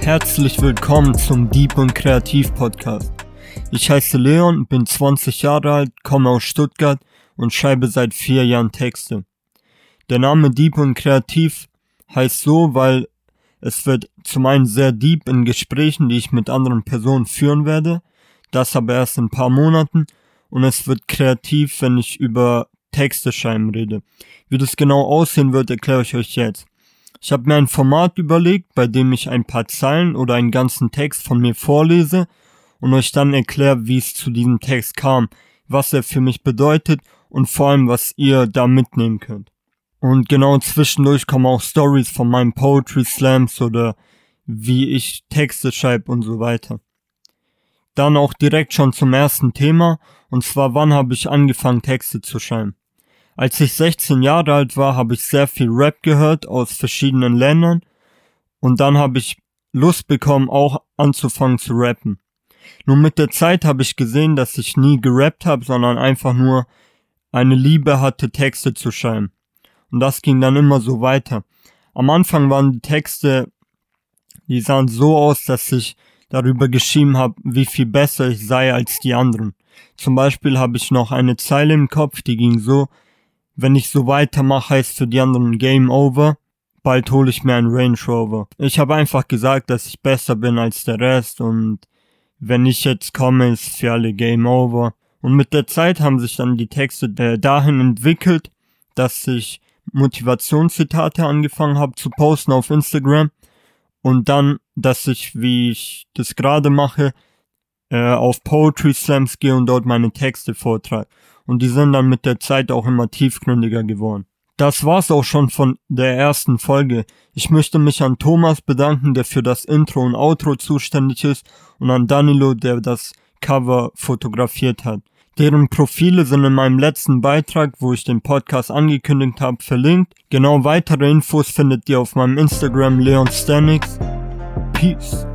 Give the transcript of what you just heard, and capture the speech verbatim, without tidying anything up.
Herzlich willkommen zum Deep und Kreativ Podcast. Ich heiße Leon, bin zwanzig Jahre alt, komme aus Stuttgart und schreibe seit vier Jahren Texte. Der Name Deep und Kreativ heißt so, weil es wird zum einen sehr deep in Gesprächen, die ich mit anderen Personen führen werde, das aber erst in ein paar Monaten, und es wird kreativ, wenn ich über Texte schreiben rede. Wie das genau aussehen wird, erkläre ich euch jetzt. Ich habe mir ein Format überlegt, bei dem ich ein paar Zeilen oder einen ganzen Text von mir vorlese und euch dann erkläre, wie es zu diesem Text kam, was er für mich bedeutet und vor allem, was ihr da mitnehmen könnt. Und genau zwischendurch kommen auch Stories von meinen Poetry Slams oder wie ich Texte schreibe und so weiter. Dann auch direkt schon zum ersten Thema, und zwar, wann habe ich angefangen, Texte zu schreiben. Als ich sechzehn Jahre alt war, habe ich sehr viel Rap gehört aus verschiedenen Ländern und dann habe ich Lust bekommen, auch anzufangen zu rappen. Nur mit der Zeit habe ich gesehen, dass ich nie gerappt habe, sondern einfach nur eine Liebe hatte, Texte zu schreiben. Und das ging dann immer so weiter. Am Anfang waren die Texte, die sahen so aus, dass ich darüber geschrieben habe, wie viel besser ich sei als die anderen. Zum Beispiel habe ich noch eine Zeile im Kopf, die ging so: Wenn ich so weitermache, heißt für die anderen Game Over, bald hole ich mir einen Range Rover. Ich habe einfach gesagt, dass ich besser bin als der Rest und wenn ich jetzt komme, ist für alle Game Over. Und mit der Zeit haben sich dann die Texte äh, dahin entwickelt, dass ich Motivationszitate angefangen habe zu posten auf Instagram und dann, dass ich, wie ich das gerade mache, äh, auf Poetry Slams gehe und dort meine Texte vortrage. Und die sind dann mit der Zeit auch immer tiefgründiger geworden. Das war's auch schon von der ersten Folge. Ich möchte mich an Thomas bedanken, der für das Intro und Outro zuständig ist, und an Danilo, der das Cover fotografiert hat. Deren Profile sind in meinem letzten Beitrag, wo ich den Podcast angekündigt habe, verlinkt. Genau weitere Infos findet ihr auf meinem Instagram Leon Stanix. Peace.